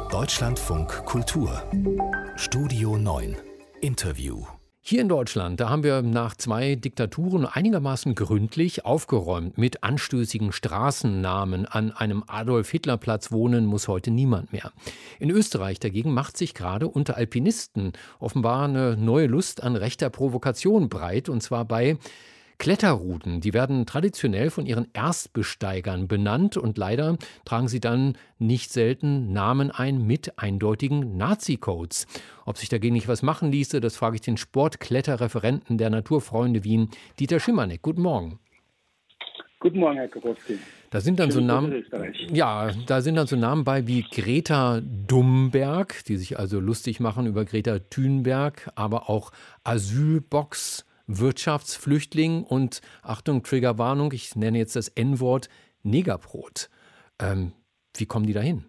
Deutschlandfunk Kultur Studio 9 Interview. Hier in Deutschland, da haben wir nach 2 Diktaturen einigermaßen gründlich aufgeräumt. Mit anstößigen Straßennamen. An einem Adolf-Hitler-Platz wohnen muss heute niemand mehr. In Österreich dagegen macht sich gerade unter Alpinisten offenbar eine neue Lust an rechter Provokation breit. Und zwar bei Kletterrouten. Die werden traditionell von ihren Erstbesteigern benannt und leider tragen sie dann nicht selten Namen ein mit eindeutigen Nazi-Codes. Ob sich dagegen nicht was machen ließe, das frage ich den Sportkletterreferenten der Naturfreunde Wien, Dieter Schimanek. Guten Morgen. Guten Morgen, Herr Kowalski. Da sind dann so Namen, da sind dann so Namen bei wie Greta Thunberg, die sich also lustig machen über Greta Thunberg, aber auch Asylbox, Wirtschaftsflüchtling und, Achtung, Triggerwarnung, ich nenne jetzt das N-Wort, Negerbrot. Wie kommen die da hin?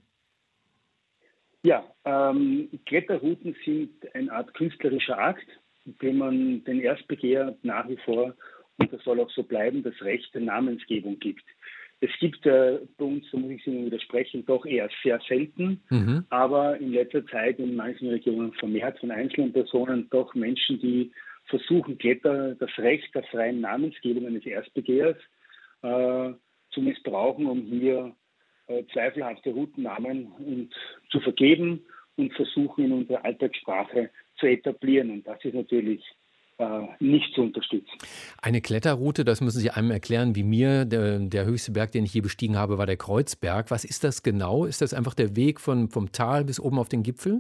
Ja, Kletterrouten sind eine Art künstlerischer Akt, in dem man den Erstbegeher nach wie vor, und das soll auch so bleiben, das Recht der Namensgebung gibt. Es gibt bei uns, da muss ich Ihnen widersprechen, doch eher sehr selten, aber in letzter Zeit in manchen Regionen vermehrt von einzelnen Personen doch Menschen, die versuchen, das Recht der freien Namensgebung eines Erstbegehers zu missbrauchen, um hier zweifelhafte Routennamen zu vergeben und versuchen, in unserer Alltagssprache zu etablieren. Und das ist natürlich nicht zu unterstützen. Eine Kletterroute, das müssen Sie einem erklären, wie mir. Der höchste Berg, den ich je bestiegen habe, war der Kreuzberg. Was ist das genau? Ist das einfach der Weg vom Tal bis oben auf den Gipfel?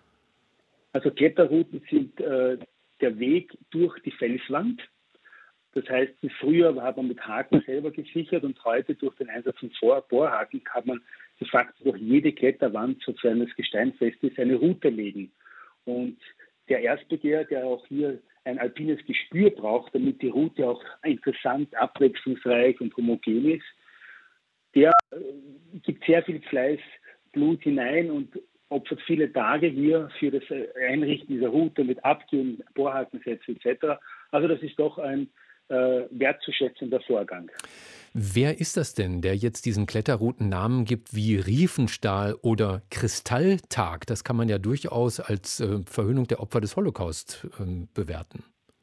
Also Kletterrouten sind der Weg durch die Felswand. Das heißt, früher hat man mit Haken selber gesichert und heute durch den Einsatz von Bohrhaken kann man de facto durch jede Kletterwand, sofern das Gestein fest ist, eine Route legen. Und der Erstbegeher, der auch hier ein alpines Gespür braucht, damit die Route auch interessant, abwechslungsreich und homogen ist, der gibt sehr viel Fleiß, Blut hinein und opfert viele Tage hier für das Einrichten dieser Route mit Abgehen, Bohrhakensätze etc. Also das ist doch ein wertzuschätzender Vorgang. Wer ist das denn, der jetzt diesen Kletterrouten Namen gibt wie Riefenstahl oder Kristalltag? Das kann man ja durchaus als Verhöhnung der Opfer des Holocaust bewerten.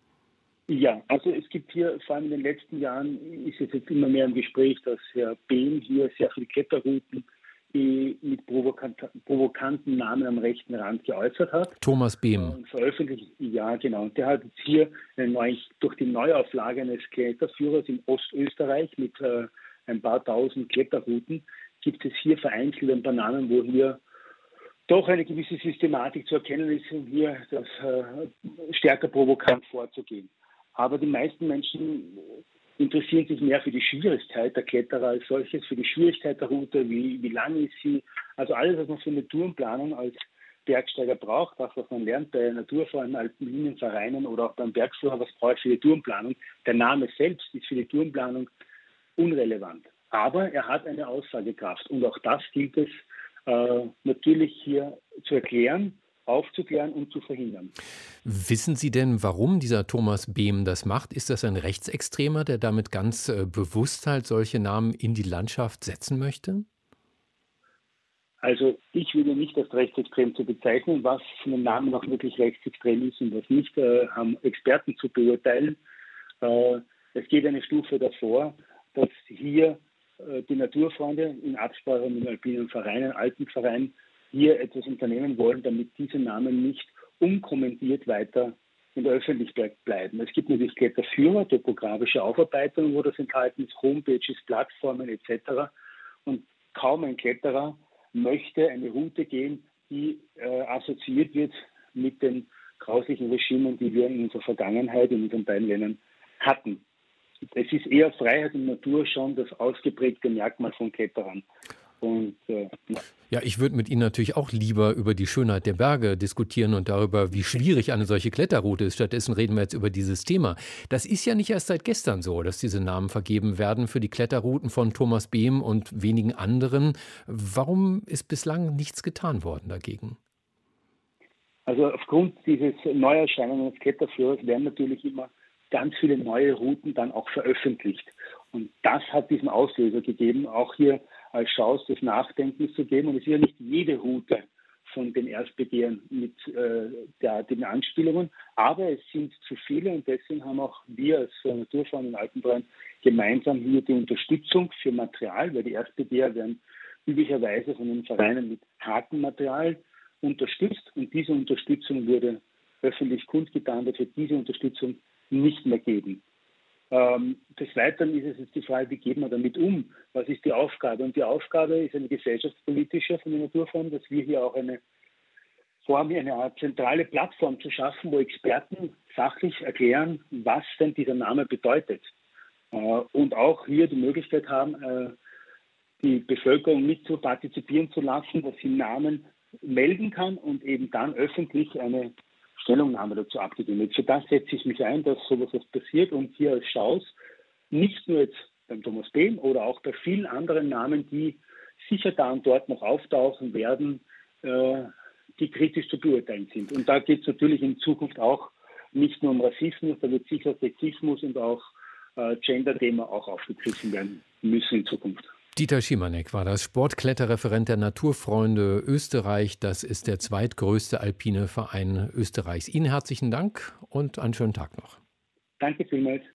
Ja, also es gibt hier, vor allem in den letzten Jahren, ist es jetzt immer mehr im Gespräch, dass Herr Behm hier sehr viele Kletterrouten mit provokanten Namen am rechten Rand geäußert hat. Thomas Behm. Veröffentlicht, ja genau. Und der hat jetzt hier durch die Neuauflage eines Kletterführers in Ostösterreich mit ein paar tausend Kletterrouten, gibt es hier vereinzelt ein paar Namen, wo hier doch eine gewisse Systematik zu erkennen ist, um hier das stärker provokant vorzugehen. Aber die meisten Menschen interessieren sich mehr für die Schwierigkeit der Kletterer als solches, für die Schwierigkeit der Route, wie lang ist sie. Also alles, was man für eine Tourenplanung als Bergsteiger braucht, das, was man lernt bei Naturfreunden, Alpinvereinen oder auch beim Bergführer, was braucht für die Tourenplanung. Der Name selbst ist für die Tourenplanung unrelevant. Aber er hat eine Aussagekraft und auch das gilt es natürlich hier zu erklären, aufzuklären und zu verhindern. Wissen Sie denn, warum dieser Thomas Behm das macht? Ist das ein Rechtsextremer, der damit ganz bewusst halt solche Namen in die Landschaft setzen möchte? Also ich würde nicht als rechtsextrem zu bezeichnen, was von den Namen noch wirklich rechtsextrem ist und was nicht, haben Experten zu beurteilen. Es geht eine Stufe davor, dass hier die Naturfreunde in Absprache mit den alpinen Vereinen, Alpenvereinen, hier etwas unternehmen wollen, damit diese Namen nicht unkommentiert weiter in der Öffentlichkeit bleiben. Es gibt natürlich Kletterführer, topografische Aufarbeitungen, wo das enthalten ist, Homepages, Plattformen etc. Und kaum ein Kletterer möchte eine Route gehen, die assoziiert wird mit den grauslichen Regimen, die wir in unserer Vergangenheit in unseren beiden Ländern hatten. Es ist eher Freiheit und Natur schon das ausgeprägte Merkmal von Kletterern. Und, ja, ich würde mit Ihnen natürlich auch lieber über die Schönheit der Berge diskutieren und darüber, wie schwierig eine solche Kletterroute ist. Stattdessen reden wir jetzt über dieses Thema. Das ist ja nicht erst seit gestern so, dass diese Namen vergeben werden für die Kletterrouten von Thomas Behm und wenigen anderen. Warum ist bislang nichts getan worden dagegen? Also aufgrund dieses Neuerscheinungen des Kletterführers werden natürlich immer ganz viele neue Routen dann auch veröffentlicht. Und das hat diesen Auslöser gegeben, auch hier als Chance des Nachdenkens zu geben. Und es ist ja nicht jede Route von den Erstbegehren mit derartigen Anspielungen. Aber es sind zu viele und deswegen haben auch wir als Naturfreunde in Alpenverein gemeinsam hier die Unterstützung für Material, weil die Erstbegeher werden üblicherweise von den Vereinen mit Hakenmaterial unterstützt und diese Unterstützung wurde öffentlich kundgetan, dass wir diese Unterstützung nicht mehr geben. Des Weiteren ist es jetzt die Frage, wie geht man damit um? Was ist die Aufgabe? Und die Aufgabe ist eine gesellschaftspolitische von der Naturform, dass wir hier auch eine Art zentrale Plattform zu schaffen, wo Experten sachlich erklären, was denn dieser Name bedeutet. Und auch hier die Möglichkeit haben, die Bevölkerung mit zu partizipieren zu lassen, dass sie Namen melden kann und eben dann öffentlich eine Stellungnahme dazu abgegeben wird. Für das setze ich mich ein, dass sowas passiert und hier als Schaus, nicht nur jetzt beim Thomas Behm oder auch bei vielen anderen Namen, die sicher da und dort noch auftauchen werden, die kritisch zu beurteilen sind. Und da geht es natürlich in Zukunft auch nicht nur um Rassismus, da wird sicher Sexismus und auch Gender-Thema auch aufgegriffen werden müssen in Zukunft. Dieter Schimanek war das Sportkletterreferent der Naturfreunde Österreich. Das ist der zweitgrößte alpine Verein Österreichs. Ihnen herzlichen Dank und einen schönen Tag noch. Danke vielmals.